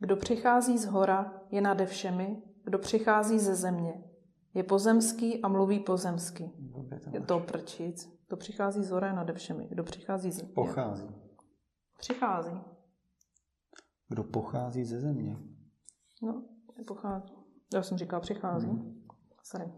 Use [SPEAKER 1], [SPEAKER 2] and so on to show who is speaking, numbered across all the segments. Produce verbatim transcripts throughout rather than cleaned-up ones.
[SPEAKER 1] Kdo přichází z hora, je nade všemi, kdo přichází ze země. Je pozemský a mluví pozemsky. Je to prčic. Kdo přichází z hora, je nade všemi. Kdo přichází ze země.
[SPEAKER 2] Pochází.
[SPEAKER 1] Přichází.
[SPEAKER 2] Kdo pochází ze země.
[SPEAKER 1] No, pochází. Já jsem říkala přichází. Hmm. Sorry.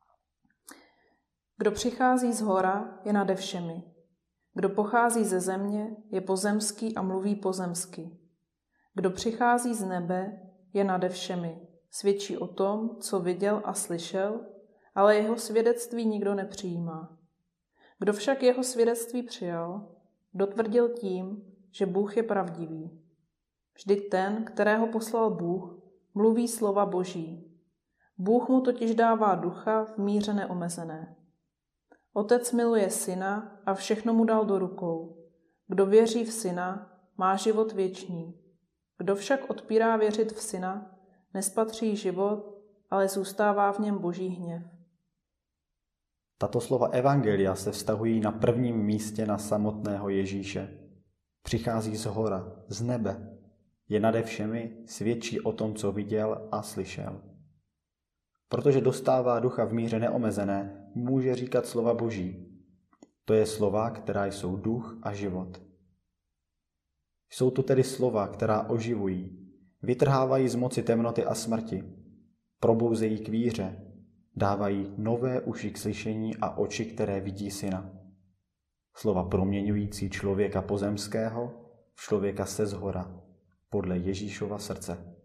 [SPEAKER 1] Kdo přichází z hora, je nade všemi. Kdo pochází ze země, je pozemský a mluví pozemsky. Kdo přichází z nebe, je nade všemi. Svědčí o tom, co viděl a slyšel, ale jeho svědectví nikdo nepřijímá. Kdo však jeho svědectví přijal, dotvrdil tím, že Bůh je pravdivý. Vždyť ten, kterého poslal Bůh, mluví slova Boží. Bůh mu totiž dává ducha v míře neomezené. Otec miluje syna a všechno mu dal do rukou. Kdo věří v syna, má život věčný. Kdo však odpírá věřit v syna, nespatří život, ale zůstává v něm Boží hněv.
[SPEAKER 2] Tato slova evangelia se vztahují na prvním místě na samotného Ježíše. Přichází z hora, z nebe. Je nade všemi, svědčí o tom, co viděl a slyšel. Protože dostává ducha v míře neomezené, může říkat slova Boží. To je slova, která jsou duch a život. Jsou to tedy slova, která oživují, vytrhávají z moci temnoty a smrti, probouzejí k víře, dávají nové uši k slyšení a oči, které vidí syna. Slova proměňující člověka pozemského v člověka se zhora, podle Ježíšova srdce.